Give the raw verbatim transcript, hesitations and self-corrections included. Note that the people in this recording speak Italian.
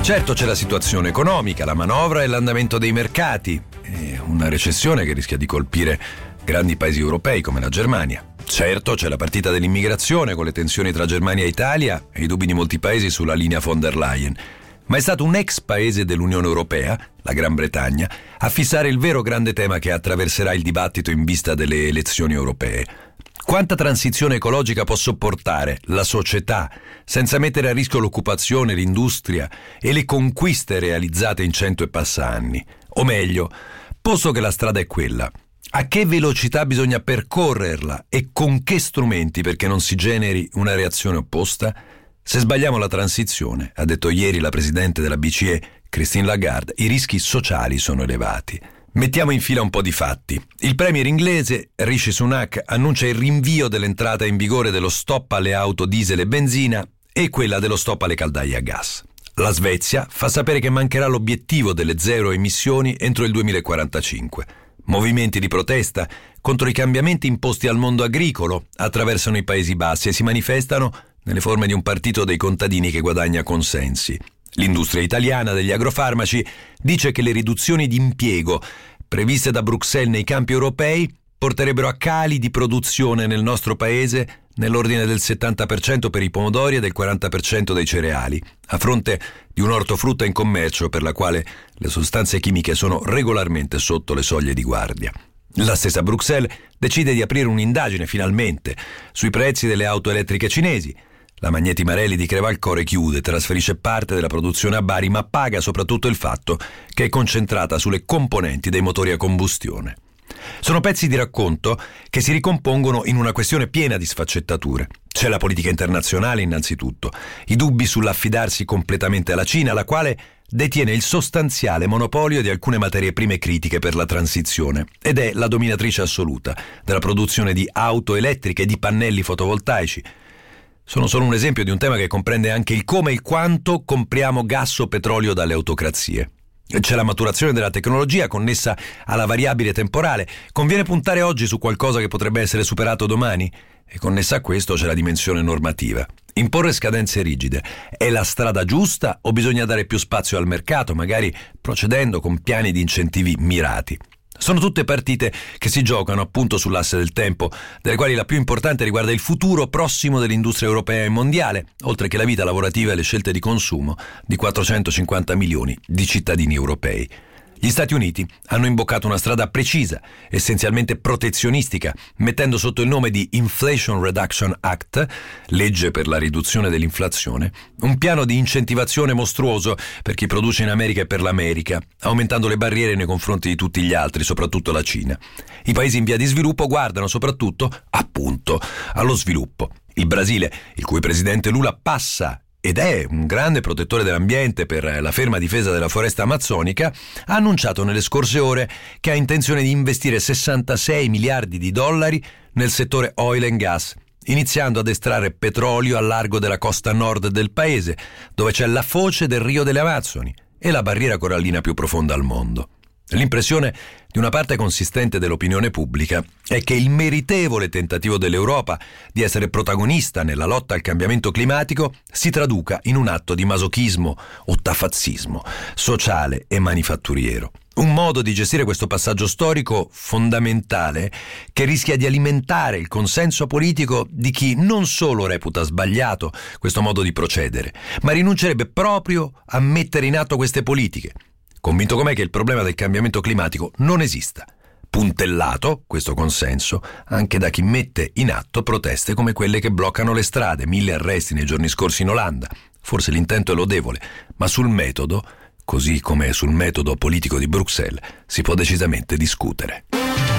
Certo c'è la situazione economica, la manovra e l'andamento dei mercati, e una recessione che rischia di colpire grandi paesi europei come la Germania. Certo c'è la partita dell'immigrazione con le tensioni tra Germania e Italia e i dubbi di molti paesi sulla linea von der Leyen. Ma è stato un ex paese dell'Unione Europea, la Gran Bretagna, a fissare il vero grande tema che attraverserà il dibattito in vista delle elezioni europee. Quanta transizione ecologica può sopportare la società senza mettere a rischio l'occupazione, l'industria e le conquiste realizzate in cento e passa anni? O meglio, posto che la strada è quella, a che velocità bisogna percorrerla e con che strumenti perché non si generi una reazione opposta? Se sbagliamo la transizione, ha detto ieri la presidente della B C E, Christine Lagarde, i rischi sociali sono elevati. Mettiamo in fila un po' di fatti. Il premier inglese Rishi Sunak annuncia il rinvio dell'entrata in vigore dello stop alle auto diesel e benzina e quella dello stop alle caldaie a gas. La Svezia fa sapere che mancherà l'obiettivo delle zero emissioni entro il duemilaquarantacinque. Movimenti di protesta contro i cambiamenti imposti al mondo agricolo attraversano i Paesi Bassi e si manifestano nelle forme di un partito dei contadini che guadagna consensi. L'industria italiana degli agrofarmaci dice che le riduzioni di impiego previste da Bruxelles nei campi europei porterebbero a cali di produzione nel nostro paese nell'ordine del settanta per cento per i pomodori e del quaranta per cento dei cereali, a fronte di un ortofrutta in commercio per la quale le sostanze chimiche sono regolarmente sotto le soglie di guardia. La stessa Bruxelles decide di aprire un'indagine finalmente sui prezzi delle auto elettriche cinesi. La Magneti Marelli di Crevalcore chiude, trasferisce parte della produzione a Bari, ma paga soprattutto il fatto che è concentrata sulle componenti dei motori a combustione. Sono pezzi di racconto che si ricompongono in una questione piena di sfaccettature. C'è la politica internazionale innanzitutto, i dubbi sull'affidarsi completamente alla Cina, la quale detiene il sostanziale monopolio di alcune materie prime critiche per la transizione ed è la dominatrice assoluta della produzione di auto elettriche e di pannelli fotovoltaici. Sono solo un esempio di un tema che comprende anche il come e il quanto compriamo gas o petrolio dalle autocrazie. C'è la maturazione della tecnologia connessa alla variabile temporale. Conviene puntare oggi su qualcosa che potrebbe essere superato domani? E connessa a questo c'è la dimensione normativa. Imporre scadenze rigide è la strada giusta o bisogna dare più spazio al mercato, magari procedendo con piani di incentivi mirati? Sono tutte partite che si giocano appunto sull'asse del tempo, delle quali la più importante riguarda il futuro prossimo dell'industria europea e mondiale, oltre che la vita lavorativa e le scelte di consumo di quattrocentocinquanta milioni di cittadini europei. Gli Stati Uniti hanno imboccato una strada precisa, essenzialmente protezionistica, mettendo sotto il nome di Inflation Reduction Act, legge per la riduzione dell'inflazione, un piano di incentivazione mostruoso per chi produce in America e per l'America, aumentando le barriere nei confronti di tutti gli altri, soprattutto la Cina. I paesi in via di sviluppo guardano soprattutto, appunto, allo sviluppo. Il Brasile, il cui presidente Lula passa ed è un grande protettore dell'ambiente per la ferma difesa della foresta amazzonica, ha annunciato nelle scorse ore che ha intenzione di investire sessantasei miliardi di dollari nel settore oil and gas, iniziando ad estrarre petrolio al largo della costa nord del paese, dove c'è la foce del Rio delle Amazzoni e la barriera corallina più profonda al mondo. L'impressione di una parte consistente dell'opinione pubblica è che il meritevole tentativo dell'Europa di essere protagonista nella lotta al cambiamento climatico si traduca in un atto di masochismo o tafazzismo sociale e manifatturiero. Un modo di gestire questo passaggio storico fondamentale che rischia di alimentare il consenso politico di chi non solo reputa sbagliato questo modo di procedere, ma rinuncerebbe proprio a mettere in atto queste politiche, convinto com'è che il problema del cambiamento climatico non esista. Puntellato, questo consenso, anche da chi mette in atto proteste come quelle che bloccano le strade, mille arresti nei giorni scorsi in Olanda. Forse l'intento è lodevole, ma sul metodo, così come sul metodo politico di Bruxelles, si può decisamente discutere.